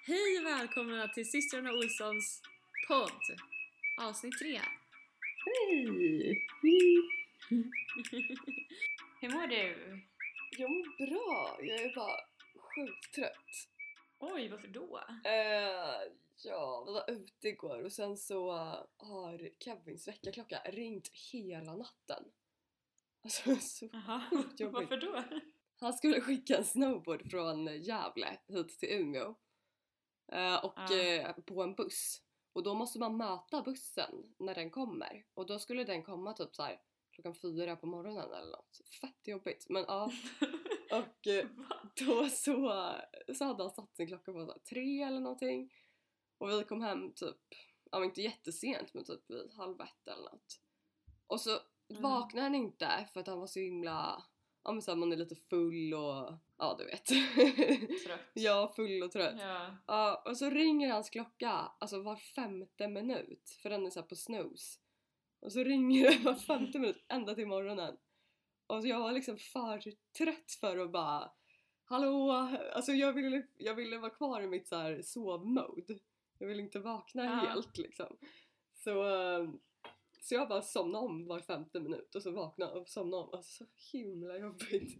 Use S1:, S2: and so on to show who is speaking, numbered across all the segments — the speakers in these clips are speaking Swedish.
S1: Hej och välkomna till systrarna Olssons podd, avsnitt 3.
S2: Hej!
S1: Hur mår du?
S2: Jag mår bra, jag är bara sjukt trött.
S1: Oj, varför då?
S2: Ja, vi var ute igår och sen så har Kevins väckarklocka ringt hela natten. Alltså så sjukt jobbigt.
S1: Varför då?
S2: Han skulle skicka en snowboard från Gävle hit till Umeå. På en buss. Och då måste man möta bussen när den kommer. Och då skulle den komma typ så här klockan 4 på morgonen eller något. Fett jobbigt. Men ja. Och då så hade han satt sin klocka på 3 eller någonting. Och vi kom hem typ, ja inte jättesent men typ vid 12:30 eller något. Och så vaknade han inte för att han var så himla, ja men så här, man är lite full och, ja du vet.
S1: Trött.
S2: Ja, full och trött.
S1: Ja.
S2: Och så ringer hans klocka, alltså var 5:e minut, för den är så här på snooze. Och så ringer det var 5:e minut ända till morgonen. Och jag var liksom för trött för att bara, hallå, alltså jag ville vara kvar i mitt så här sovmode. Jag ville inte vakna helt liksom. Så jag bara somnade om var 5:e minut och så vaknade och somnade om. Alltså så himla jobbigt.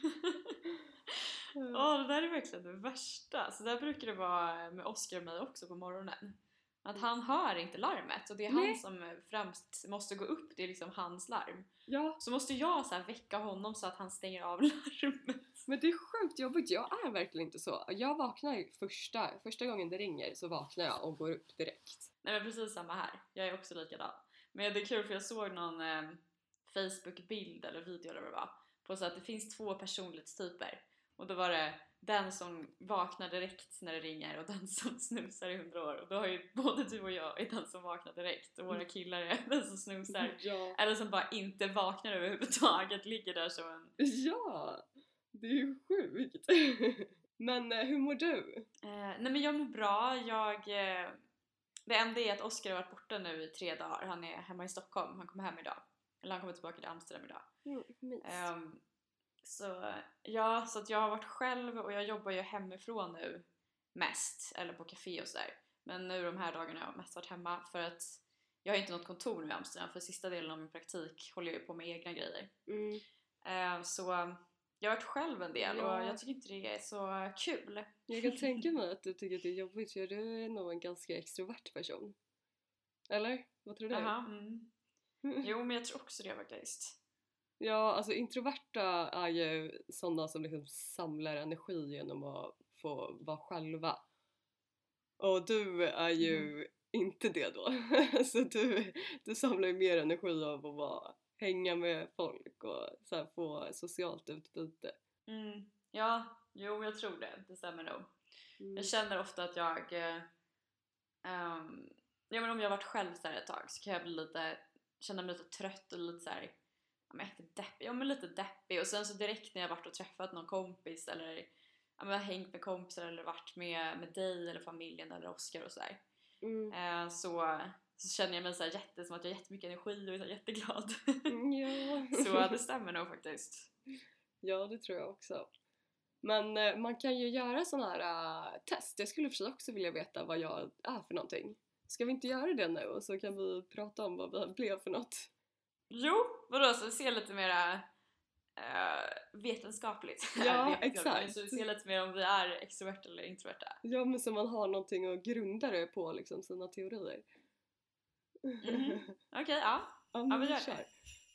S1: Det där är verkligen det värsta. Så där brukar det vara med Oscar och mig också på morgonen. Att han hör inte larmet och det är han som främst måste gå upp, det är liksom hans larm.
S2: Ja.
S1: Så måste jag så här väcka honom så att han stänger av larmet.
S2: Men det är sjukt jobbigt, jag är verkligen inte så. Jag vaknar första gången det ringer så vaknar jag och går upp direkt.
S1: Nej men precis samma här, jag är också likadan. Men det är kul för jag såg någon Facebook-bild eller video eller vad det var på så att det finns 2 personlighetstyper. Och då var det den som vaknar direkt när det ringer och den som snusar i 100 år. Och då har ju både du och jag är den som vaknar direkt och våra killar är den som snusar.
S2: Ja.
S1: Eller som bara inte vaknar överhuvudtaget, ligger där som en...
S2: Ja, det är ju sjukt. Men hur mår du?
S1: Nej men jag mår bra, det enda är att Oscar har varit borta nu i 3 dagar. Han är hemma i Stockholm, han kommer hem idag. Eller han kommer tillbaka till Amsterdam idag. Så att jag har varit själv och jag jobbar ju hemifrån nu mest, eller på café och sådär. Men nu de här dagarna har jag mest varit hemma för att jag har inte något kontor nu i Amsterdam, för sista delen av min praktik håller jag på med egna grejer. Så jag har varit själv en del och jag tycker inte det är så kul.
S2: Jag kan tänka mig att du tycker att det är jobbigt, för du är nog en ganska extrovert person. Eller? Vad tror du?
S1: Jo, men jag tror också det faktiskt.
S2: Ja, alltså introverta är ju sådana som liksom samlar energi genom att få vara själva. Och du är ju inte det då. Så du samlar ju mer energi av att hänga med folk och så här få socialt utbyte.
S1: Ja, jo jag tror det stämmer nog. Jag känner ofta att jag men om jag har varit själv så här ett tag så kan jag känna mig lite trött och lite så här, lite deppig. Och sen så direkt när jag varit och träffat någon kompis eller hängt med kompisar eller varit med dig eller familjen eller Oscar och sådär, så känner jag mig så här som att jag har jättemycket energi och är så jätteglad. Så det stämmer nog faktiskt.
S2: Ja, det tror jag också. Men man kan ju göra sådana här test. Jag skulle för sig också vilja veta vad jag är för någonting. Ska vi inte göra det nu och så kan vi prata om vad vi blev för något? Jo,
S1: vadå? Så se lite mer vetenskapligt.
S2: Ja, exakt.
S1: Så se lite mer om vi är extroverta eller introverta.
S2: Ja, men så man har någonting att grunda det på, liksom, sina teorier.
S1: Okej, ja. Ja, vi gör det.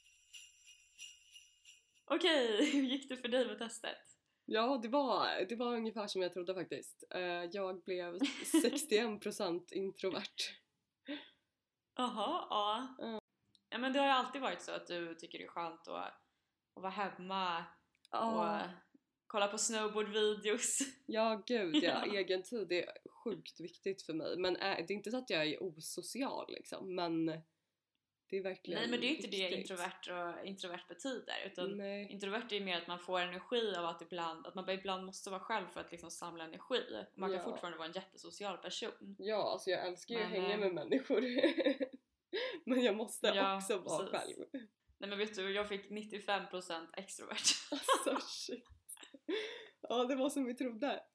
S1: Okej, hur gick det för dig med testet?
S2: Ja, det var ungefär som jag trodde faktiskt. Jag blev 61% introvert.
S1: Jaha, ja. Ja, men det har ju alltid varit så att du tycker det är skönt att vara hemma och kolla på snowboardvideos. Ja,
S2: gud, ja. Egen tid är sjukt viktigt för mig. Men det är inte så att jag är osocial liksom, men det är verkligen...
S1: Nej, men det är inte det introvert betyder, utan introvert är mer att man får energi av att man ibland måste vara själv för att liksom samla energi. Man kan fortfarande vara en jättesocial person.
S2: Ja, alltså jag älskar ju att hänga med människor. Men jag måste också vara själv.
S1: Nej, men vet du, jag fick 95% extrovert.
S2: Alltså shit. Ja, det var som vi trodde.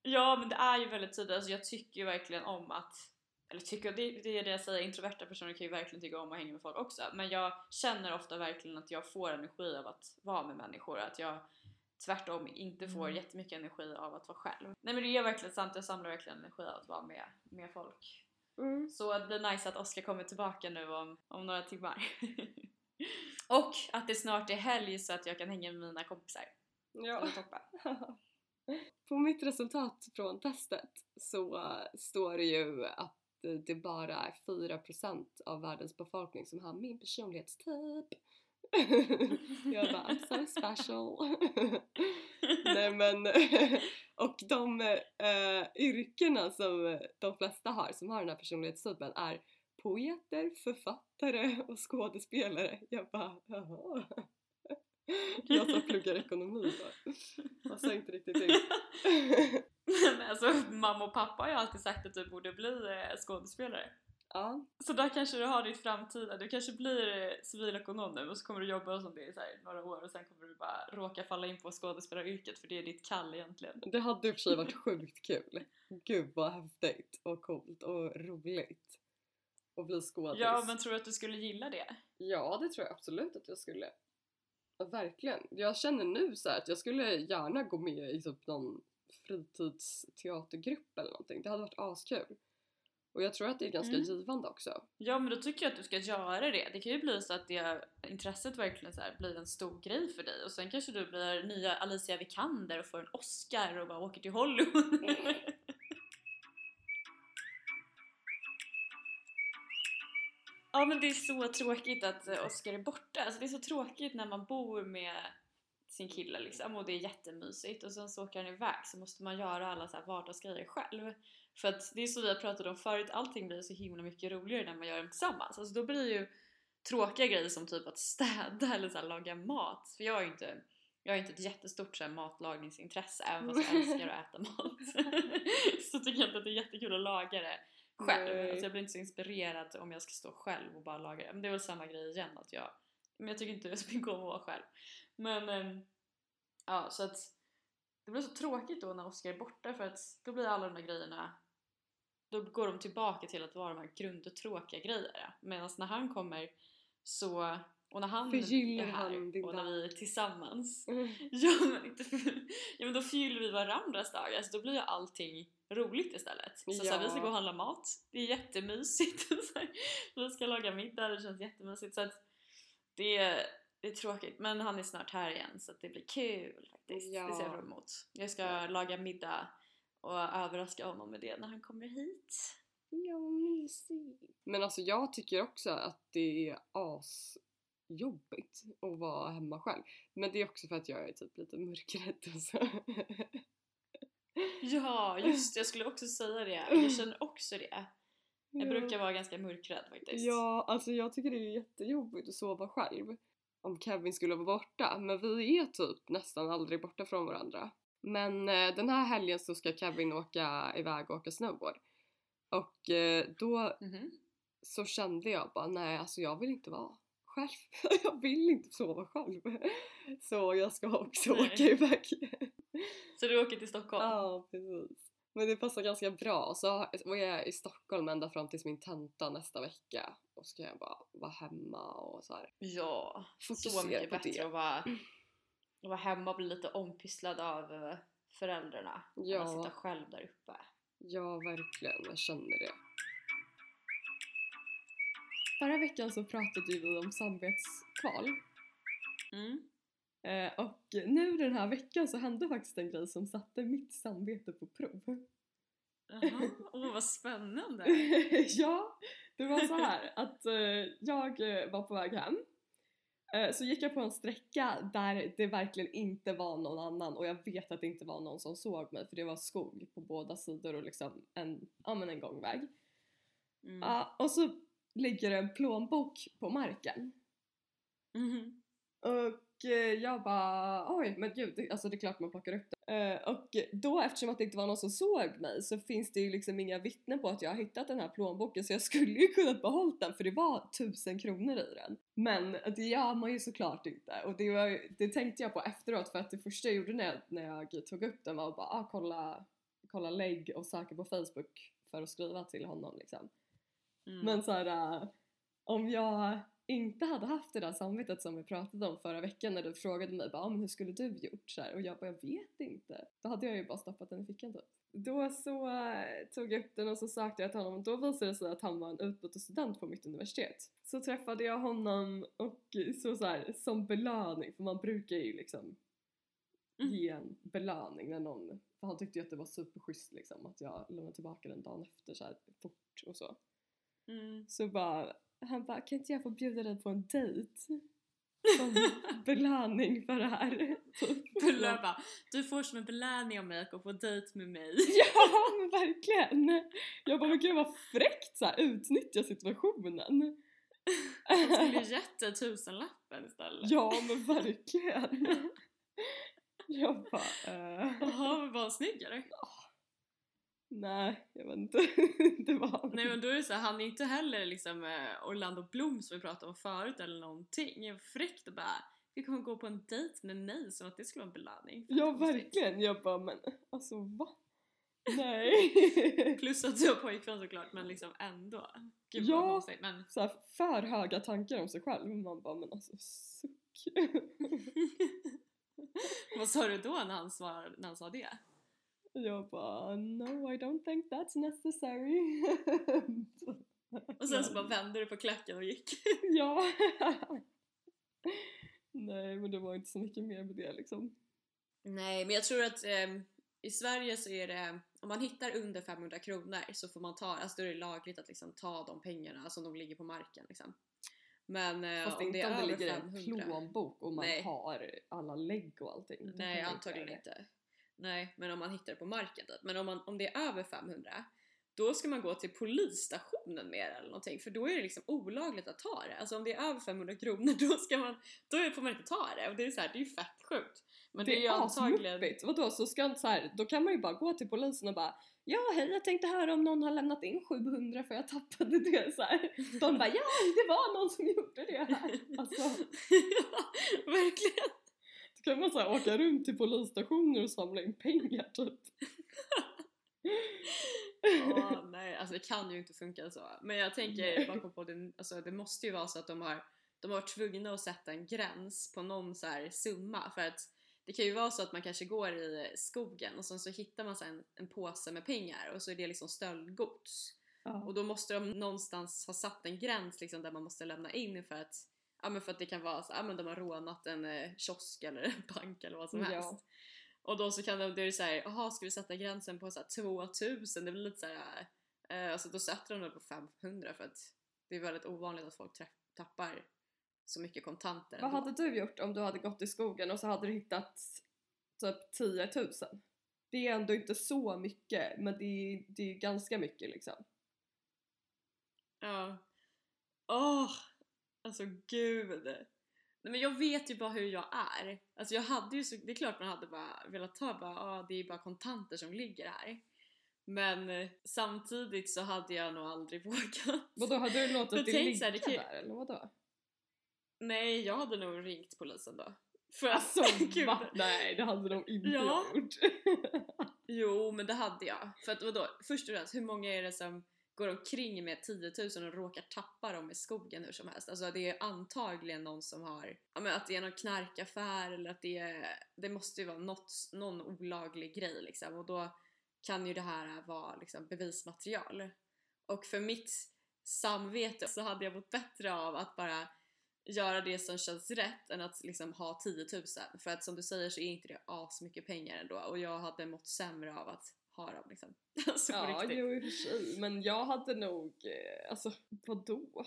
S1: Ja, men det är ju väldigt tydligt. Alltså jag tycker ju verkligen om att, eller tycker, det är det jag säger, introverta personer kan ju verkligen tycka om att hänga med folk också. Men jag känner ofta verkligen att jag får energi av att vara med människor. Att jag tvärtom inte får jättemycket energi av att vara själv. Nej, men det är verkligen sant, jag samlar verkligen energi av att vara med folk. Så det blir nice att Oskar kommer tillbaka nu om några timmar. Och att det snart är helg så att jag kan hänga med mina kompisar.
S2: Ja. På mitt resultat från testet så står det ju att det bara är 4% av världens befolkning som har min personlighetstyp. Jag bara, I'm so special. Nej men, och de yrkena som de flesta har, som har den här personlighetstypen, är poeter, författare och skådespelare. Jag bara, jaha. Jag som pluggar ekonomi då. Jag sa inte riktigt det.
S1: Men alltså, mamma och pappa har ju alltid sagt att du borde bli skådespelare.
S2: Ja.
S1: Så där kanske du har ditt framtida. Du kanske blir civilekonom nu och så kommer du jobba som det i så här några år och sen kommer du bara råka falla in på skådespelaryrket för det är ditt kall egentligen.
S2: Det hade i och för sig varit sjukt kul. Gud vad häftigt och coolt och roligt att bli skådis.
S1: Ja, men tror du att du skulle gilla det?
S2: Ja, det tror jag absolut att jag skulle. Ja, verkligen. Jag känner nu så här att jag skulle gärna gå med i typ någon fritidsteatergrupp eller någonting. Det hade varit askul. Och jag tror att det är ganska givande också.
S1: Ja, men då tycker jag att du ska göra det. Det kan ju bli så att det intresset verkligen så här blir en stor grej för dig. Och sen kanske du blir nya Alicia Vikander och får en Oscar och bara åker till Hollywood. Ja, men det är så tråkigt att Oscar är borta. Alltså det är så tråkigt när man bor med sin kille liksom och det är jättemysigt och sen så åker han iväg så måste man göra alla så här vardagsgrejer själv. För att det är så vi har pratat om förut, allting blir så himla mycket roligare när man gör dem tillsammans. Alltså då blir det ju tråkiga grejer som typ att städa eller så här, laga mat. För jag har inte ett jättestort så här, matlagningsintresse även fast jag älskar att äta mat. Så tycker jag inte att det är jättekul att laga det själv. Alltså jag blir inte så inspirerad om jag ska stå själv och bara laga det. Men det är väl samma grej igen att men jag tycker inte det är så mycket om att vara själv. Men ja, så att det blir så tråkigt då när Oscar är borta för att då blir alla de där grejerna, då går de tillbaka till att vara de här grundtråkiga grejerna. Medan när han kommer så, och när han
S2: förgyller
S1: är här och när vi är tillsammans men då fyller vi varandras dagar. Alltså då blir ju allting roligt istället. Så, så här, vi ska gå och handla mat. Det är jättemysigt. Vi ska laga middag, det känns jättemysigt. Så att det är tråkigt. Men han är snart här igen så att det blir kul faktiskt.
S2: Ja.
S1: Det ser jag fram emot. Jag ska laga middag och överraska honom med det när han kommer hit.
S2: Ja, mysigt. Men alltså jag tycker också att det är asjobbigt att vara hemma själv. Men det är också för att jag är typ lite mörkrädd och så.
S1: Ja, just det. Jag skulle också säga det. Jag känner också det. Jag brukar vara ganska mörkrädd faktiskt.
S2: Ja, alltså jag tycker det är jättejobbigt att sova själv. Om Kevin skulle vara borta. Men vi är typ nästan aldrig borta från varandra. Men den här helgen så ska Kevin åka iväg och åka snowboard. Och då så kände jag bara, nej alltså jag vill inte vara själv. Jag vill inte sova själv. Så jag ska också åka iväg.
S1: Så du åker till Stockholm?
S2: Ja, precis. Men det passar ganska bra. Så var jag i Stockholm ända fram till min tenta nästa vecka. Och ska jag bara vara hemma och så här.
S1: Ja, så mycket bättre att vara hemma och bli lite ompysslad av föräldrarna.
S2: Ja.
S1: Att sitta själv där uppe.
S2: Ja, verkligen. Jag känner det. Förra veckan så pratade vi om samvetskval. Och nu den här veckan så hände faktiskt en grej som satte mitt samvete på prov.
S1: Jaha, vad spännande.
S2: Ja, det var så här att jag var på väg hem. Så gick jag på en sträcka där det verkligen inte var någon annan. Och jag vet att det inte var någon som såg mig. För det var skog på båda sidor och liksom en gångväg. Och så ligger en plånbok på marken. Och jag bara, oj men gud, alltså det är klart man plockar upp det. Och då eftersom att det inte var någon som såg mig så finns det ju liksom inga vittnen på att jag har hittat den här plånboken. Så jag skulle ju kunnat behålla den för det var 1000 kronor i den. Men det gör man ju såklart inte. Och det tänkte jag på efteråt för att det första jag gjorde när jag tog upp den var bara, kolla kolla lägg och söka på Facebook för att skriva till honom liksom.
S1: Mm.
S2: Men så här, om jag inte hade haft det där samvetet som vi pratade om förra veckan när du frågade mig bara, men hur skulle du gjort så här? Och jag bara, jag vet inte. Då hade jag ju bara stoppat den i fickan typ. Då så tog jag upp den och så sökte jag till honom och då visade det sig att han var en utbytesstudent på mitt universitet. Så träffade jag honom och så här, som belöning, för man brukar ju liksom ge en belöning när någon, för han tyckte ju att det var superschysst liksom att jag lämnade tillbaka den dagen efter så här fort och så. Så bara, han bara, kan inte jag få bjuda dig på en dejt som belöning för det här?
S1: Bara, du får som en belöning av mig att gå på dejt med mig.
S2: Ja, men verkligen. Jag bara, men gud vad fräckt så här, utnyttja situationen.
S1: Han skulle ju gett 1000-lappen istället.
S2: Ja, men verkligen. Jag bara,
S1: Jaha, men var han snygg eller?
S2: Nej, jag vet inte. Det var...
S1: Nej, men då är det så här, han är inte heller liksom Orlando Bloom som vi pratade om förut eller någonting. Jag är fräckt och bara, vi kommer gå på en dejt med mig som att det skulle vara en belöning.
S2: Ja, verkligen. Jag bara, men alltså va? Nej.
S1: Plus att du har pojkvän såklart, men liksom ändå. Gud,
S2: ja,
S1: vad konstigt, men...
S2: så här, för höga tankar om sig själv. Man bara, men alltså suck.
S1: Vad sa du då när han sa det?
S2: Jag bara, no, I don't think that's necessary.
S1: Och sen så bara vände du på klacken och gick.
S2: Ja. Nej, men det var inte så mycket mer med det liksom.
S1: Nej, men jag tror att i Sverige så är det, om man hittar under 500 kronor så får man ta, alltså då är det lagligt att liksom ta de pengarna som de ligger på marken liksom. Men
S2: fast
S1: om det är över 500
S2: en plånbok och man har alla lägg och allting.
S1: Nej, antagligen inte. Nej, men om man hittar det på marken typ. Men om det är över 500, då ska man gå till polisstationen med det eller någonting. För då är det liksom olagligt att ta det. Alltså om det är över 500 kronor, då får man inte ta det. Och det är så här, det är ju fett sjukt. Men det är ju antagligen...
S2: Vadå, så ska inte så här, då kan man ju bara gå till polisen och bara, ja hej, jag tänkte höra om någon har lämnat in 700 för jag tappade det så här. De bara, ja det var någon som gjorde det här. Alltså.
S1: Ja, verkligen.
S2: Då kan man så här åka runt till polisstationer och samla in pengar typ.
S1: Nej, alltså det kan ju inte funka så. Men jag tänker bakom på det, alltså det måste ju vara så att de har varit tvungna att sätta en gräns på någon så här summa. För att det kan ju vara så att man kanske går i skogen och så hittar man så en påse med pengar och så är det liksom stöldgods. Och då måste de någonstans ha satt en gräns liksom, där man måste lämna in för att det kan vara så men de har rånat en kiosk eller en bank eller vad som helst. Och då så kan det är så här, jaha, ska vi sätta gränsen på så här 2000? Det blir lite så här, alltså då sätter de det på 500 för att det är väldigt ovanligt att folk tappar så mycket kontanter.
S2: Vad hade du gjort om du hade gått i skogen och så hade du hittat typ 10 000? Det är ändå inte så mycket, men det är ganska mycket liksom.
S1: Ja. Alltså gud. Nej, men jag vet ju bara hur jag är. Alltså jag hade ju det är klart man hade bara velat ta det är bara kontanter som ligger här. Men samtidigt så hade jag nog aldrig vågat.
S2: Vadå, hade du låtit det ligga där eller vadå?
S1: Nej, jag hade nog ringt polisen då. För
S2: alltså, nej, det hade de inte gjort.
S1: Jo, men det hade jag. För att vadå, först och främst, hur många är det som går omkring med 10 000 och råkar tappa dem i skogen hur som helst? Alltså det är antagligen någon som har, att det är någon knarkaffär eller att det måste ju vara någon olaglig grej liksom. Och då kan ju det här vara liksom bevismaterial. Och för mitt samvete så hade jag mått bättre av att bara göra det som känns rätt än att liksom ha 10 000. För att som du säger så är inte det asmycket pengar ändå. Och jag hade mått sämre av att ha dem liksom. Alltså på riktigt.
S2: Jo i och för sig. Men jag hade nog, alltså vadå?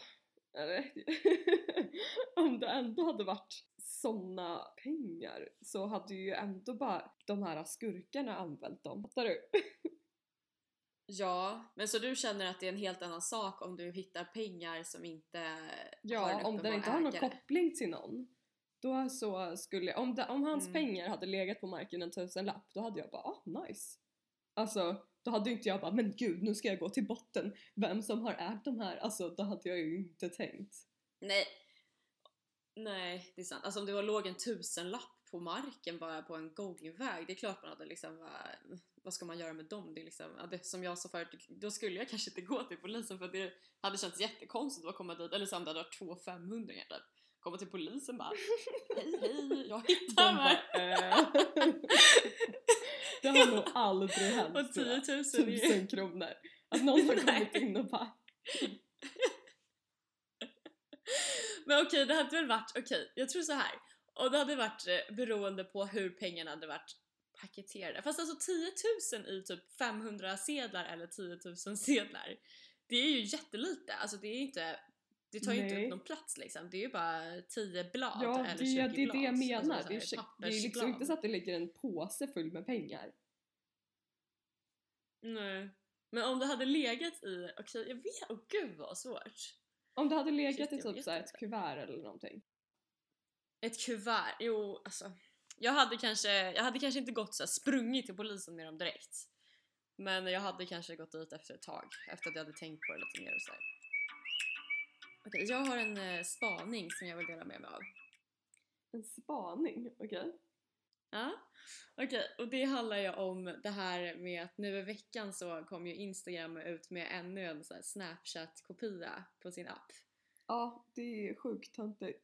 S2: Om det ändå hade varit såna pengar så hade ju ändå bara de här skurkarna använt dem. Fattar du?
S1: Ja, men så du känner att det är en helt annan sak om du hittar pengar som inte har en
S2: Ja, om den inte har någon koppling till någon. Då så skulle, om hans pengar hade legat på marken en 1000-lapp, då hade jag bara, nice. Alltså, då hade inte jag bara, men gud, nu ska jag gå till botten. Vem som har ägt de här? Alltså, då hade jag ju inte tänkt.
S1: Nej, det är sant. Alltså om det låg en 1000-lapp på marken bara på en gångväg. Det är klart man hade liksom, vad ska man göra med dem? Det är liksom, ja, det, som jag sa förut, då skulle jag kanske inte gå till polisen för det hade känts jättekonstigt att komma dit, eller så hade det varit 2 500-ringar typ. Komma till polisen bara, hej, jag hittar mig.
S2: Det har nog aldrig hänt.
S1: Och 10 000
S2: 1000 kronor. Att någon har kommit in och bara...
S1: Men okej, det hade väl varit, jag tror så här. Och det hade varit beroende på hur pengarna hade varit paketerade. Fast alltså 10 000 i typ 500 sedlar eller 10 000 sedlar, det är ju jättelite. Alltså det är inte, det tar ju inte upp någon plats liksom. Det är ju bara 10 blad eller 20 blad.
S2: Det är det jag menar.
S1: Alltså,
S2: det är liksom inte så att det ligger en påse full med pengar.
S1: Nej. Men om det hade legat i, jag vet, gud vad svårt.
S2: Om det hade legat i typ så ett kuvert eller någonting.
S1: Ett kuvert, jo alltså. Jag hade kanske inte gått så här, sprungit till polisen med dem direkt. Men jag hade kanske gått dit efter ett tag. Efter att jag hade tänkt på det lite mer och så här. Okej, jag har en spaning som jag vill dela med mig av.
S2: En spaning? Okej.
S1: Ja, och det handlar ju om det här med att nu i veckan så kom ju Instagram ut med ännu en så här Snapchat-kopia på sin app.
S2: Ja, det är sjukt töntigt.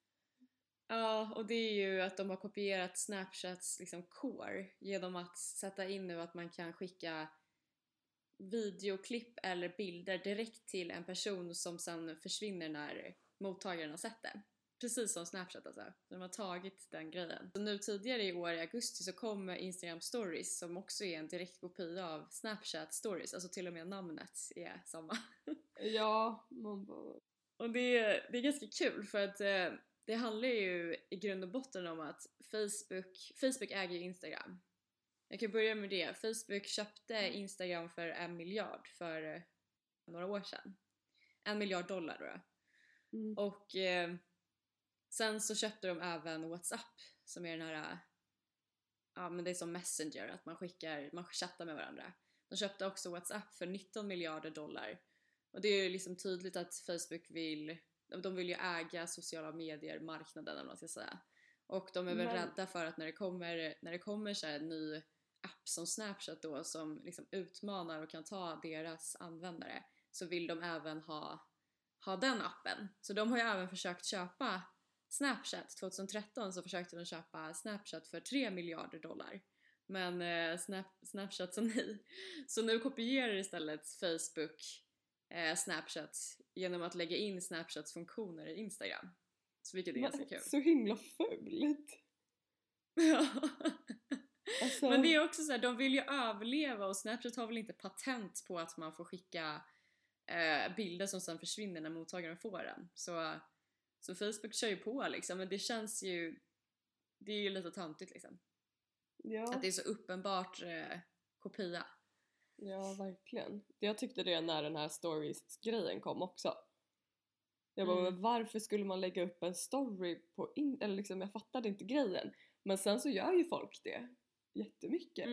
S1: Ja, och det är ju att de har kopierat Snapchats liksom core genom att sätta in nu att man kan skicka videoklipp eller bilder direkt till en person som sen försvinner när mottagaren har sett det. Precis som Snapchat alltså. De har tagit den grejen. Så nu tidigare i år i augusti så kom Instagram Stories som också är en direkt kopia av Snapchat Stories. Alltså till och med namnet är samma.
S2: Ja, man bara...
S1: Och det är ganska kul för att det handlar ju i grund och botten om att Facebook äger ju Instagram. Jag kan börja med det. Facebook köpte Instagram för 1 miljard för några år sedan. $1 miljard då.
S2: Mm.
S1: Och sen så köpte de även WhatsApp som är den här, ja men det är som Messenger att man chattar med varandra. De köpte också WhatsApp för $19 miljarder. Och det är ju liksom tydligt att Facebook vill ju äga sociala medier marknaden eller vad man ska säga. Och de är väl rädda för att när det kommer så här en ny app som Snapchat då som liksom utmanar och kan ta deras användare, så vill de även ha den appen. Så de har ju även försökt köpa Snapchat. 2013 så försökte de köpa Snapchat för $3 miljarder. Men Snapchat sa nej. Så nu kopierar istället Facebook Snapchat genom att lägga in Snapchats funktioner i Instagram. Så vilket är ganska kul.
S2: Så himla fult.
S1: Ja.
S2: Alltså...
S1: Men det är också så här, de vill ju överleva och Snapchat har väl inte patent på att man får skicka bilder som sen försvinner när mottagaren får den. Så Facebook kör ju på liksom, men det känns ju, det är ju lite töntigt liksom.
S2: Ja.
S1: Att det är så uppenbart kopia.
S2: Ja, verkligen. Jag tyckte det när den här stories-grejen kom också. Jag bara, men varför skulle man lägga upp en story på eller liksom, jag fattade inte grejen. Men sen så gör ju folk det jättemycket.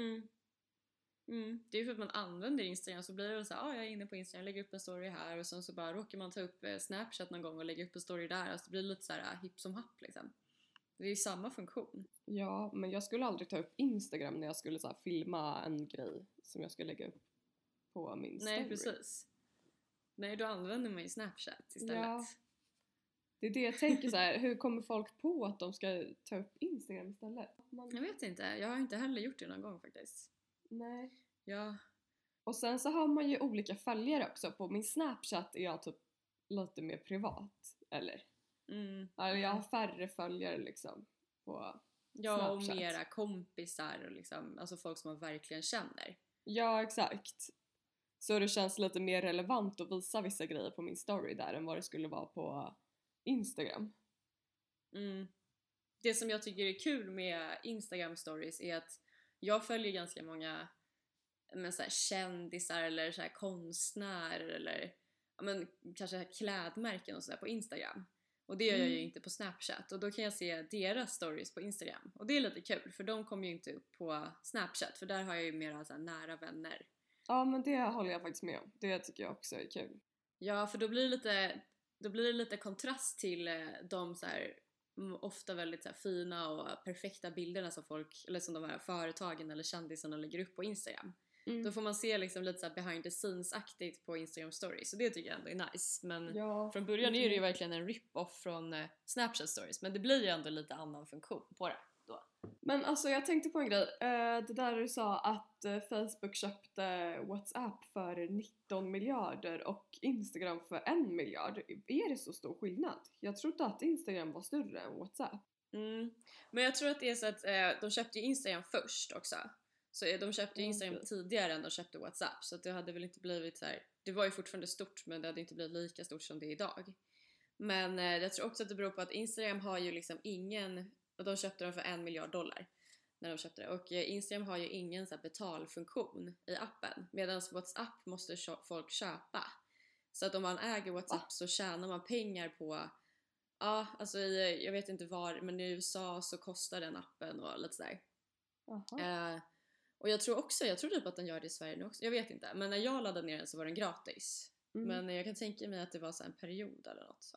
S1: Det är ju för att man använder Instagram, så blir det så här, jag är inne på Instagram, lägger upp en story här och sen så bara råkar man ta upp Snapchat någon gång och lägga upp en story där, alltså det blir lite så här hipp som happ liksom. Det är ju samma funktion.
S2: Ja, men jag skulle aldrig ta upp Instagram när jag skulle så här, filma en grej som jag skulle lägga upp på min story.
S1: Nej, precis. Nej, då använder man ju Snapchat istället.
S2: Ja. Det är det jag tänker så här, hur kommer folk på att de ska ta upp Instagram istället?
S1: Jag vet inte, jag har inte heller gjort det någon gång faktiskt.
S2: Nej.
S1: Ja.
S2: Och sen så har man ju olika följare också. På min Snapchat är jag typ lite mer privat, eller? Jag har färre följare liksom på Snapchat.
S1: Och mera kompisar och liksom, alltså folk som man verkligen känner.
S2: Ja, exakt. Så det känns lite mer relevant att visa vissa grejer på min story där än vad det skulle vara på Instagram.
S1: Det som jag tycker är kul med Instagram stories är att jag följer ganska många så här kändisar eller så här konstnärer eller kanske klädmärken och sådär på Instagram. Och det gör jag ju inte på Snapchat. Och då kan jag se deras stories på Instagram. Och det är lite kul för de kommer ju inte upp på Snapchat, för där har jag ju mera så här nära vänner.
S2: Ja, men det håller jag faktiskt med om. Det tycker jag också är kul.
S1: Ja, för då blir det lite kontrast till de så här ofta väldigt så här, fina och perfekta bilderna som folk, eller som de här företagen eller kändisarna lägger upp på Instagram. Då får man se liksom lite så här behind the scenes-aktigt på Instagram stories, så det tycker jag ändå är nice. Men från början är det ju verkligen en rip-off från Snapchat stories, men det blir ju ändå lite annan funktion på det då.
S2: Men alltså jag tänkte på en grej, det där du sa att Facebook köpte WhatsApp för 19 miljarder och Instagram för 1 miljard. Är det så stor skillnad? Jag trodde att Instagram var större än WhatsApp.
S1: Men jag tror att det är så att de köpte ju Instagram först också. Så de köpte Instagram tidigare än de köpte WhatsApp, så att det hade väl inte blivit så här. Det var ju fortfarande stort, men det hade inte blivit lika stort som det är idag. Men jag tror också att det beror på att Instagram har ju liksom ingen, och de köpte dem för 1 miljard dollar när de köpte det, och Instagram har ju ingen så här betalfunktion i appen, medan WhatsApp måste folk köpa. Så att om man äger WhatsApp så tjänar man pengar på, ja alltså jag vet inte var, men i USA så kostar den appen och lite sådär. Och jag tror typ att den gör det i Sverige nu också, jag vet inte, men när jag laddade ner den så var den gratis. Men jag kan tänka mig att det var så en period eller något.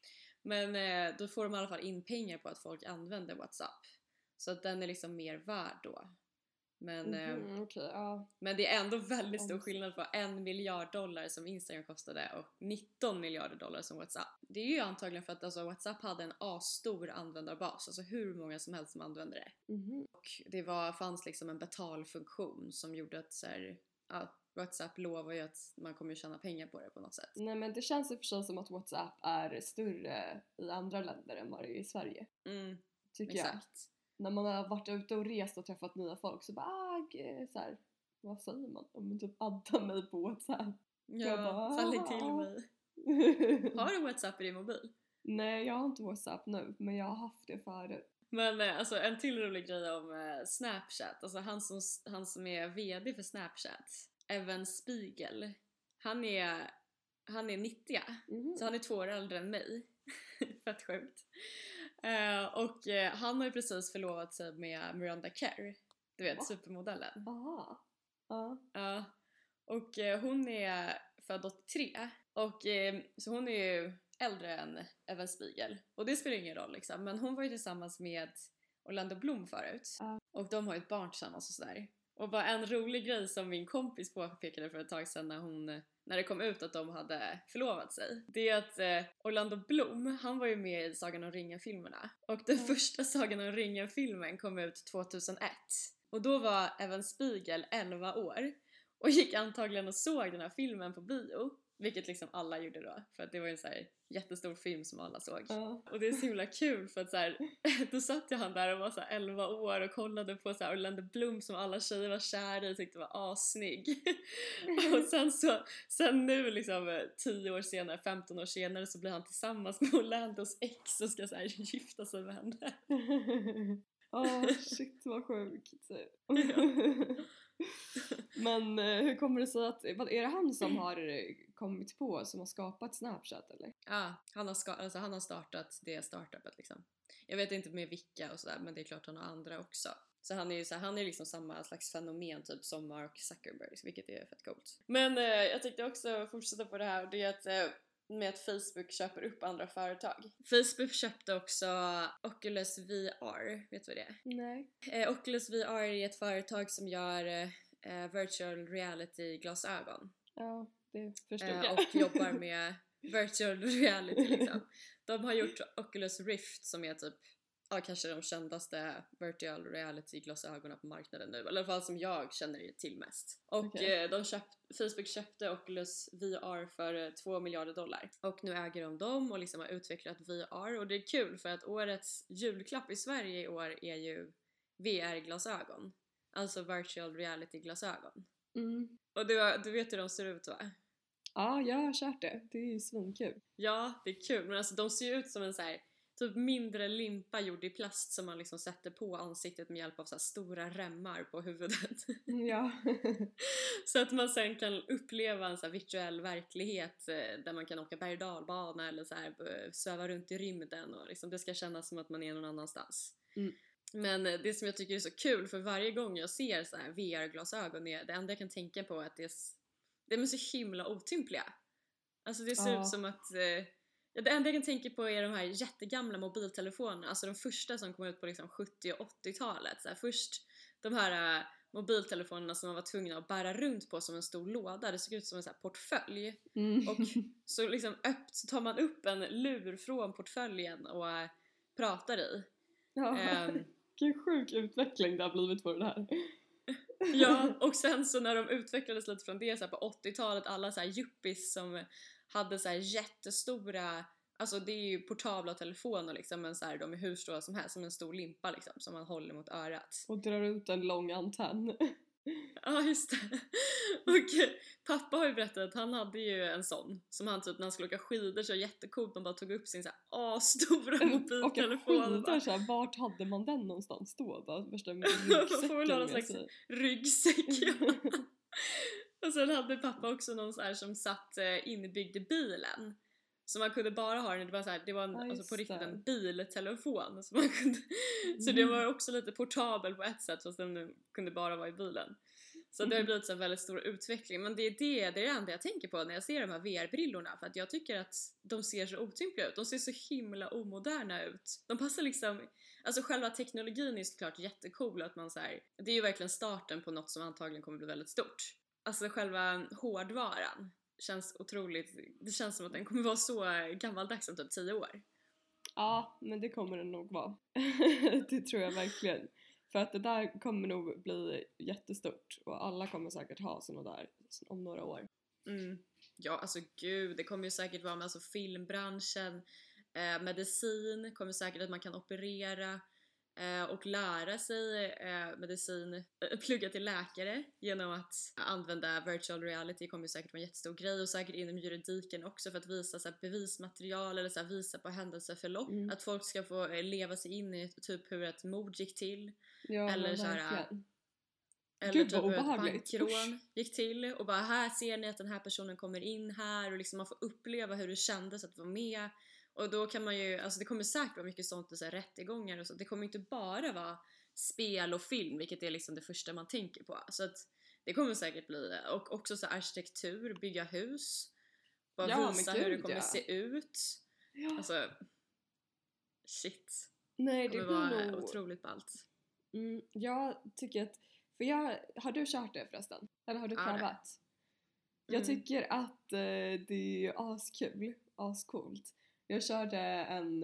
S1: Men då får de i alla fall in pengar på att folk använder WhatsApp, så att den är liksom mer värd då. Men, men det är ändå väldigt stor skillnad på 1 miljard dollar som Instagram kostade och 19 miljarder dollar som WhatsApp. Det är ju antagligen för att alltså, WhatsApp hade en asstor användarbas, alltså hur många som helst som använde det. Och det fanns liksom en betalfunktion som gjorde att så här, WhatsApp lovar ju att man kommer tjäna pengar på det på något sätt.
S2: Nej, men det känns i och för sig som att WhatsApp är större i andra länder än vad det är i Sverige. Tycker jag. När man har varit ute och rest och träffat nya folk så bara, så här, vad säger man? Om typ adda mig på WhatsApp.
S1: Ja, lägg till mig. Har du WhatsApp i din mobil?
S2: Nej, jag har inte WhatsApp nu, men jag har haft det förut.
S1: Men alltså en till rolig grej om Snapchat, alltså han som är vd för Snapchat, Evan Spiegel, han är 90, så han är 2 år äldre än mig. Fett sjukt. Och han har ju precis förlovat sig med Miranda Kerr, du vet, supermodellen. Och hon är född 83 och så hon är ju äldre än Evan Spiegel, och det spelar ingen roll liksom, men hon var ju tillsammans med Orlando Bloom förut, och de har ju ett barn tillsammans och sådär. Och bara en rolig grej som min kompis påpekade för ett tag sedan när det kom ut att de hade förlovat sig, det är att Orlando Bloom, han var ju med i Sagan om ringen-filmerna, och den första Sagan om ringen-filmen kom ut 2001, och då var Evan Spiegel 11 år och gick antagligen och såg den här filmen på bio, vilket liksom alla gjorde då, för att det var en så här jättestor film som alla såg. Och det är så himla kul för att så här, då satt jag han där och var så här 11 år och kollade på så här Orlando Bloom som alla tjejer var kära i och tyckte var assnygg. Och sen nu liksom 10 år senare, 15 år senare, så blir han tillsammans med Orlandos ex och ska så här gifta sig med henne.
S2: Shit vad sjukt. Men hur kommer det sig att, är det han som har kommit på, som har skapat Snapchat eller?
S1: Ja, han har startat det startupet liksom. Jag vet inte med vilka och sådär, men det är klart han har andra också. Så han är liksom samma slags fenomen typ som Mark Zuckerberg, vilket är fett coolt. Men jag tänkte också fortsätta på det här, det är att med att Facebook köper upp andra företag. Facebook köpte också Oculus VR, vet du vad det är?
S2: Nej.
S1: Oculus VR är ett företag som gör virtual reality glasögon.
S2: Ja, det förstod jag.
S1: Och jobbar med virtual reality liksom. De har gjort Oculus Rift som är typ kanske de kändaste virtual reality glasögonen på marknaden nu, eller i alla fall som jag känner till mest. Och Facebook köpte Oculus VR för 2 miljarder dollar, och nu äger de dem och liksom har utvecklat VR, och det är kul för att årets julklapp i Sverige i år är ju VR-glasögon, alltså virtual reality glasögon. Och du vet hur de ser ut, va?
S2: Ja, jag har kört det. Det är ju svinkul.
S1: Ja, det är kul, men alltså de ser ju ut som en så här typ mindre limpa gjord i plast som man liksom sätter på ansiktet med hjälp av så här stora remmar på huvudet.
S2: Ja.
S1: Så att man sen kan uppleva en så här virtuell verklighet där man kan åka berg- och dalbana eller så här sväva runt i rymden, och liksom det ska kännas som att man är någon annanstans. Men det som jag tycker är så kul, för varje gång jag ser så här VR-glasögon, det enda jag kan tänka på är att de är så himla otympliga. Alltså det ser ut som att Ja, det enda jag kan tänka på är de här jättegamla mobiltelefonerna, alltså de första som kom ut på liksom 70- och 80-talet. Så här, först de här mobiltelefonerna som man var tvungen att bära runt på som en stor låda, det såg ut som en så här portfölj. Och så liksom så tar man upp en lur från portföljen och pratar i.
S2: Ja, vilken sjuk utveckling det har blivit på det här.
S1: Ja, och sen så när de utvecklades lite från det så här på 80-talet, alla så här yuppies som hade så här jättestora, alltså det är ju portabla telefoner liksom, men så här, de är hur stora som helst, som en stor limpa liksom, som man håller mot örat.
S2: Och drar ut en lång antenn.
S1: Ja, just det. Och pappa har ju berättat att han hade ju en sån som han typ när han skulle åka skidor så jättecoolt, man bara tog upp sin så här stora mobiltelefon.
S2: Och så här, vart hade man den någonstans då? Bara första
S1: ryggsäck. Ja. Och sen hade pappa också någon så här som satt inbyggd i bilen. Så man kunde bara ha den, det var så här, det var alltså på riktigt en biltelefon så man kunde, så det var också lite portabel på ett sätt fast den kunde bara vara i bilen. Så det har blivit en väldigt stor utveckling, men det är det enda jag tänker på när jag ser de här VR-brillorna, för att jag tycker att de ser så otympliga ut, de ser så himla omoderna ut. De passar liksom, alltså själva teknologin är såklart jättecool, att man så här, det är ju verkligen starten på något som antagligen kommer bli väldigt stort. Alltså själva hårdvaran känns otroligt, det känns som att den kommer vara så gammaldags om typ 10 år.
S2: Ja, men det kommer den nog vara. Det tror jag verkligen. För att det där kommer nog bli jättestort och alla kommer säkert ha såna där om några år.
S1: Ja, alltså gud, det kommer ju säkert vara med alltså filmbranschen, medicin, kommer säkert att man kan operera och lära sig medicin, plugga till läkare genom att använda virtual reality kommer säkert vara en jättestor grej, och säkert inom juridiken också för att visa så här, bevismaterial eller så här, visa på händelseförlopp, att folk ska få leva sig in i typ hur ett mord gick till,
S2: ja,
S1: eller så här, eller
S2: gud,
S1: typ hur ett bankrån gick till, och bara här ser ni att den här personen kommer in här, och liksom man får uppleva hur det kändes att vara med. Och då kan man ju, alltså det kommer säkert vara mycket sånt, så här, rättegångar och så. Det kommer inte bara vara spel och film, vilket är liksom det första man tänker på. Så att det kommer säkert bli det. Och också så arkitektur, bygga hus, bara visa hur det kommer se ut. Ja. Alltså, shit.
S2: Nej, det
S1: kommer vara otroligt ballt.
S2: Jag tycker att, har du kört det förresten? Eller har du prövat? Jag tycker att det är askul, ascoolt. Jag körde en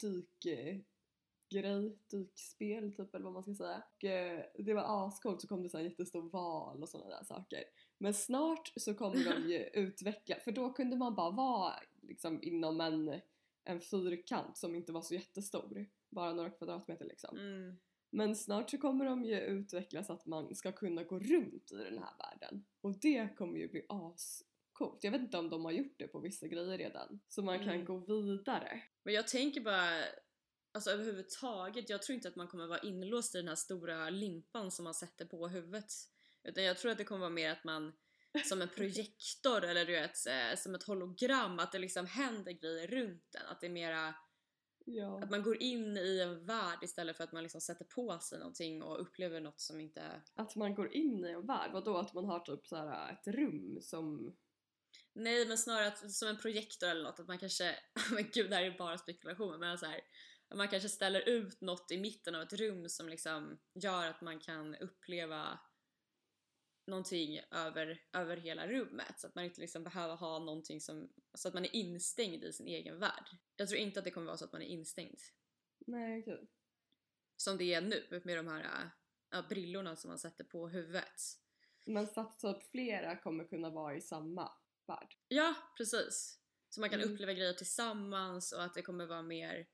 S2: dykspel typ, eller vad man ska säga. Och det var ascoolt, så kom det så en jättestor val och sådana där saker. Men snart så kommer de ju utveckla, för då kunde man bara vara liksom inom en fyrkant som inte var så jättestor. Bara några kvadratmeter liksom. Men snart så kommer de ju utveckla så att man ska kunna gå runt i den här världen. Och det kommer ju bli ascoolt. Jag vet inte om de har gjort det på vissa grejer redan. Så man kan gå vidare.
S1: Men jag tänker bara, alltså överhuvudtaget, jag tror inte att man kommer vara inlåst i den här stora limpan som man sätter på huvudet. Utan jag tror att det kommer vara mer att man, som en projektor eller du vet, som ett hologram, att det liksom händer grejer runt den. Att det är mera... Ja. Att man går in i en värld istället för att man liksom sätter på sig någonting och upplever något som inte...
S2: Att man går in i en värld? Vadå? Att man har typ så här ett rum som...
S1: Nej, men snarare att, som en projektor eller något, att man kanske... Men gud, det här är bara spekulation, men så här, att man kanske ställer ut något i mitten av ett rum som liksom gör att man kan uppleva någonting över hela rummet, så att man inte liksom behöver ha någonting som, så att man är instängd i sin egen värld. Jag tror inte att det kommer vara så att man är instängd.
S2: Nej, okej.
S1: Som det är nu med de här brillorna som man sätter på huvudet.
S2: Men så att typ flera kommer kunna vara i samma värld.
S1: Ja, precis. Så man kan uppleva grejer tillsammans, och att det kommer vara mer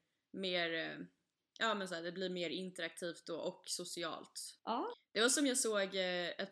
S1: ja, men så här, det blir mer interaktivt då och socialt.
S2: Ja.
S1: Det var som jag såg ett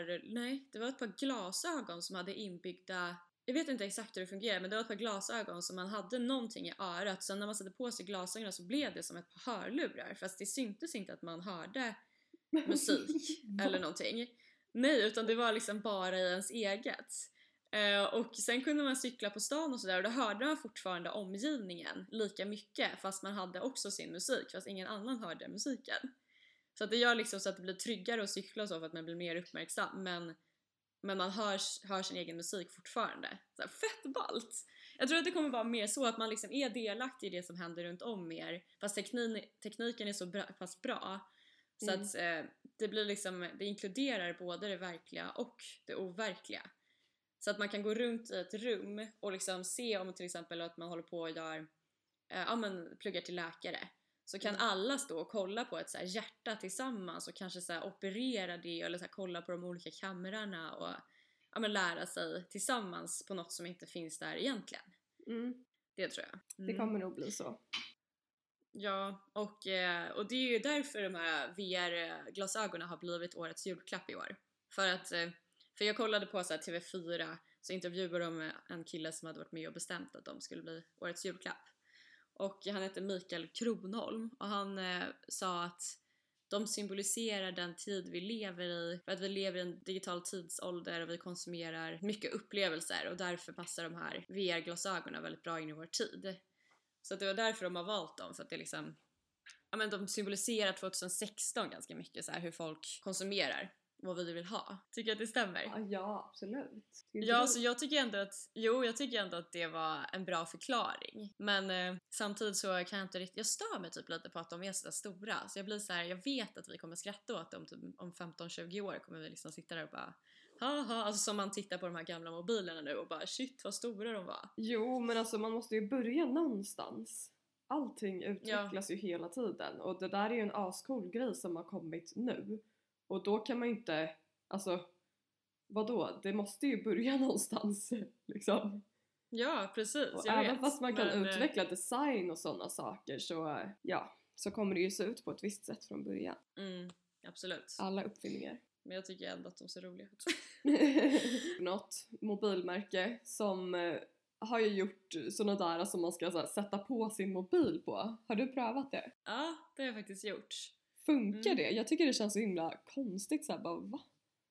S1: par glasögon som hade inbyggda, jag vet inte exakt hur det fungerar, men det var ett par glasögon som man hade någonting i örat, så när man satte på sig glasögonen så blev det som ett par hörlurar, fast det syntes inte att man hörde musik eller någonting. Nej, utan det var liksom bara i ens eget. Och sen kunde man cykla på stan och sådär, och då hörde man fortfarande omgivningen lika mycket, fast man hade också sin musik, fast ingen annan hörde musiken. Så att det gör liksom så att det blir tryggare att cykla och så, för att man blir mer uppmärksam, men man hör sin egen musik fortfarande. Så här, fett ballt! Jag tror att det kommer vara mer så att man liksom är delaktig i det som händer runt om mer. Fast tekniken är så pass bra. Så att det blir liksom, det inkluderar både det verkliga och det overkliga. Så att man kan gå runt i ett rum och liksom se om till exempel att man håller på och gör, pluggar till läkare. Så kan alla stå och kolla på ett så här hjärta tillsammans och kanske så här operera det eller så här kolla på de olika kamrarna och lära sig tillsammans på något som inte finns där egentligen. Det tror jag.
S2: Det kommer nog bli så.
S1: Ja, och det är ju därför de här VR-glasögonen har blivit årets julklapp i år. För jag kollade på så här TV4, så intervjuade de en kille som hade varit med och bestämt att de skulle bli årets julklapp. Och han heter Mikael Kronholm och han sa att de symboliserar den tid vi lever i, för att vi lever i en digital tidsålder och vi konsumerar mycket upplevelser och därför passar de här VR-glasögonen väldigt bra in i vår tid. Så att det var därför de har valt dem, för att det liksom, de symboliserar 2016 ganska mycket, så här, hur folk konsumerar, vad vi vill ha. Tycker jag att det stämmer?
S2: Ja, absolut.
S1: Ja, så jag tycker ändå att det var en bra förklaring. Men samtidigt så kan jag inte riktigt, jag stör mig typ lite på att de är så där stora. Så jag blir så här, jag vet att vi kommer skratta åt dem typ, om 15-20 år kommer vi liksom sitta där och bara haha, alltså som man tittar på de här gamla mobilerna nu och bara shit vad stora de var.
S2: Jo, men alltså man måste ju börja någonstans. Allting utvecklas ju hela tiden och det där är ju en ascool grej som har kommit nu. Och då kan man ju inte, alltså vadå? Det måste ju börja någonstans liksom.
S1: Ja, precis.
S2: Och även fast man kan utveckla design och sådana saker så kommer det ju se ut på ett visst sätt från början.
S1: Absolut.
S2: Alla uppfinningar.
S1: Men jag tycker ändå att de ser roliga ut.
S2: Något mobilmärke som har ju gjort såna där som man ska så här, sätta på sin mobil på. Har du prövat det?
S1: Ja, det har jag faktiskt gjort.
S2: Funkar det? Jag tycker det känns så himla konstigt så här, bara va?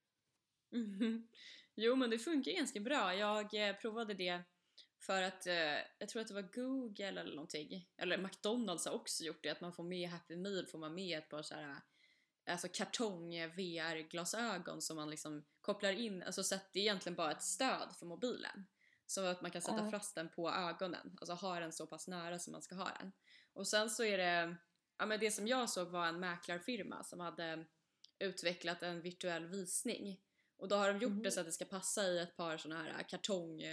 S1: Jo, men det funkar ganska bra. Jag provade det för att jag tror att det var Google eller någonting, eller McDonalds har också gjort det, att man får med Happy Meal, får man med ett par så här, alltså kartong VR-glasögon som man liksom kopplar in, alltså så att det är egentligen bara ett stöd för mobilen. Så att man kan sätta fast den på ögonen, alltså ha den så pass nära som man ska ha den. Och sen så är det, men det som jag såg var en mäklarfirma som hade utvecklat en virtuell visning. Och då har de gjort det så att det ska passa i ett par såna här kartong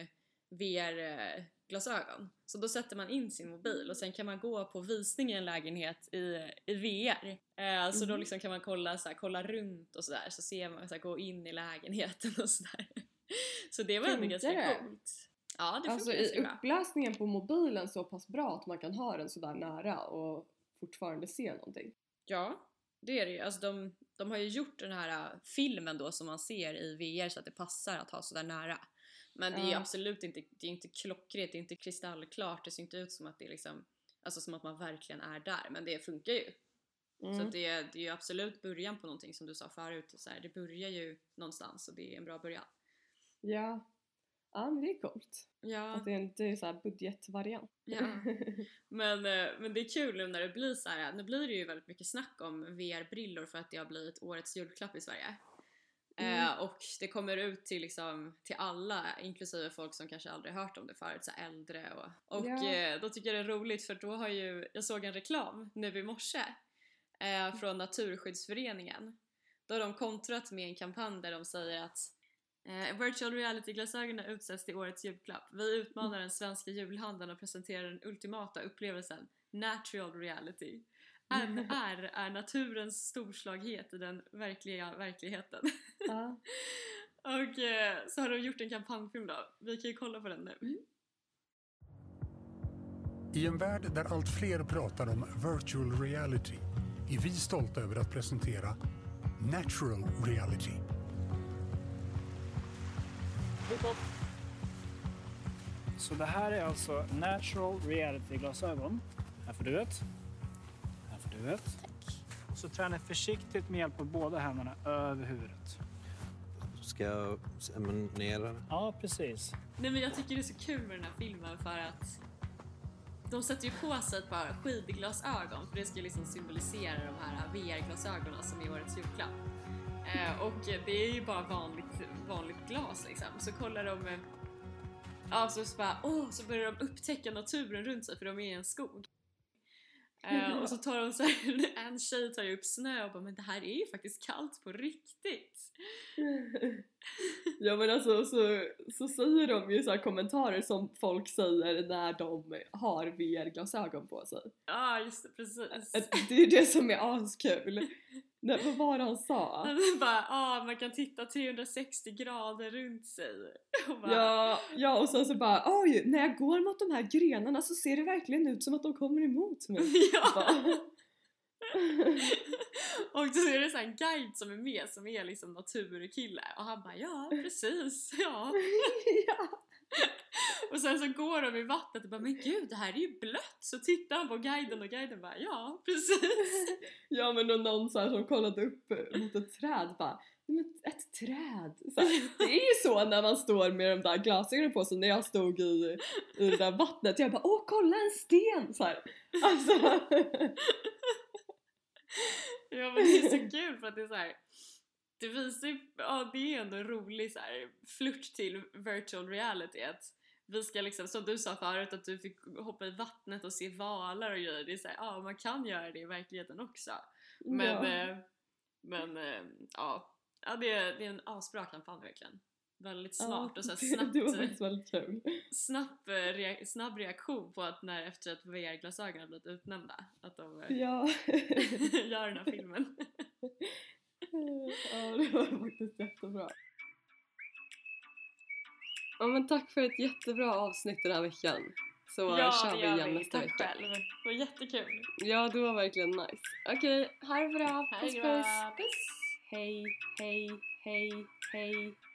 S1: VR-glasögon. Så då sätter man in sin mobil och sen kan man gå på visning i en lägenhet i VR. Så då liksom kan man kolla runt och sådär, så ser man så här, gå in i lägenheten och sådär. Så det var ändå ganska coolt. Ja, det
S2: alltså i upplösningen på mobilen så pass bra att man kan ha den så där nära och fortfarande se någonting.
S1: Ja, det är det ju. Alltså de har ju gjort den här filmen då som man ser i VR så att det passar att ha så där nära. Men det är absolut inte, det är inte klockrent, det är inte kristallklart, det ser inte ut som att det är liksom, alltså som att man verkligen är där, men det funkar ju. Så det är ju absolut början på någonting som du sa förut, så här, det börjar ju någonstans och det är en bra början.
S2: Ja, men det är coolt.
S1: Ja.
S2: Att det är så här budgetvariant.
S1: Ja. Men det är kul nu när det blir så här, nu blir det ju väldigt mycket snack om VR-brillor för att det har blivit årets julklapp i Sverige. Och det kommer ut till alla, inklusive folk som kanske aldrig hört om det förut, så äldre och då tycker jag det är roligt, för då har jag såg en reklam nu i morse från Naturskyddsföreningen. Då har de kontrat med en kampanj där de säger att virtual reality-glasögonen utsätts till årets julklapp. Vi utmanar den svenska julhandeln och presenterar den ultimata upplevelsen natural reality. NR är naturens storslaghet i den verkliga verkligheten. Och så har de gjort en kampanjfilm då. Vi kan ju kolla på den nu.
S3: I en värld där allt fler pratar om virtual reality är vi stolta över att presentera natural reality.
S4: Så det här är alltså natural reality-glasögon. Här får du ett. Här får du ett. Tack. Så träna försiktigt med hjälp av båda händerna över huvudet.
S5: Ska jag emanera?
S4: Ja, precis.
S1: Nej, men jag tycker det är så kul med den här filmen för att de sätter ju på sig ett par skidglasögon, för det ska liksom symbolisera de här VR-glasögonen som är årets julklapp. Och det är ju bara vanligt glas liksom. Så kollar de Ja, så bara, så börjar de upptäcka naturen runt sig för de är i en skog. Och så tar de så här, en tjej tar ju upp snö och bara, men det här är ju faktiskt kallt på riktigt.
S2: Ja men alltså så säger de ju så här kommentarer som folk säger när de har VR-glasögon på sig.
S1: Ja, just det, precis.
S2: Det är det som är askul. Nej, vad var det han sa?
S1: Han bara, man kan titta 360 grader runt sig. Och
S2: bara, ja, och sen så bara, oj, när jag går mot de här grenarna så ser det verkligen ut som att de kommer emot mig.
S1: Ja. Och så är det så här en guide som är med som är liksom naturkille. Och han bara, ja, precis, ja.
S2: Ja.
S1: Och sen så går de i vattnet och bara, men gud, det här är ju blött. Så tittar han på guiden och guiden bara, ja, precis.
S2: Ja, men och någon så här som kollade upp mot ett träd bara, men ett träd. Så här, det är ju så när man står med de där glasögonen på sig. När jag stod i det där vattnet, jag bara, kolla en sten. Så här. Alltså.
S1: Ja, men det är så kul för att det är så här. Det visar ju, det är ändå en rolig så här flört till virtual reality, att vi ska liksom, som du sa förut, att du fick hoppa i vattnet och se valar och grejer. Det är så här, man kan göra det i verkligheten också. Men det är en asbra kampanj verkligen. Väldigt smart och så här snabbt.
S2: Det var faktiskt väldigt kul.
S1: Snabb reaktion på att efter att VR-glasögon har blivit utnämnda, att de gör den här filmen.
S2: Ja, det var faktiskt jättebra. Ja, men tack för ett jättebra avsnitt den här veckan. Så kör vi igen nästa vecka.
S1: Tack själv. Det var jättekul.
S2: Ja, det var verkligen nice. Okej, ha det bra.
S1: Puss, puss.
S2: Hej, hej, hej, hej.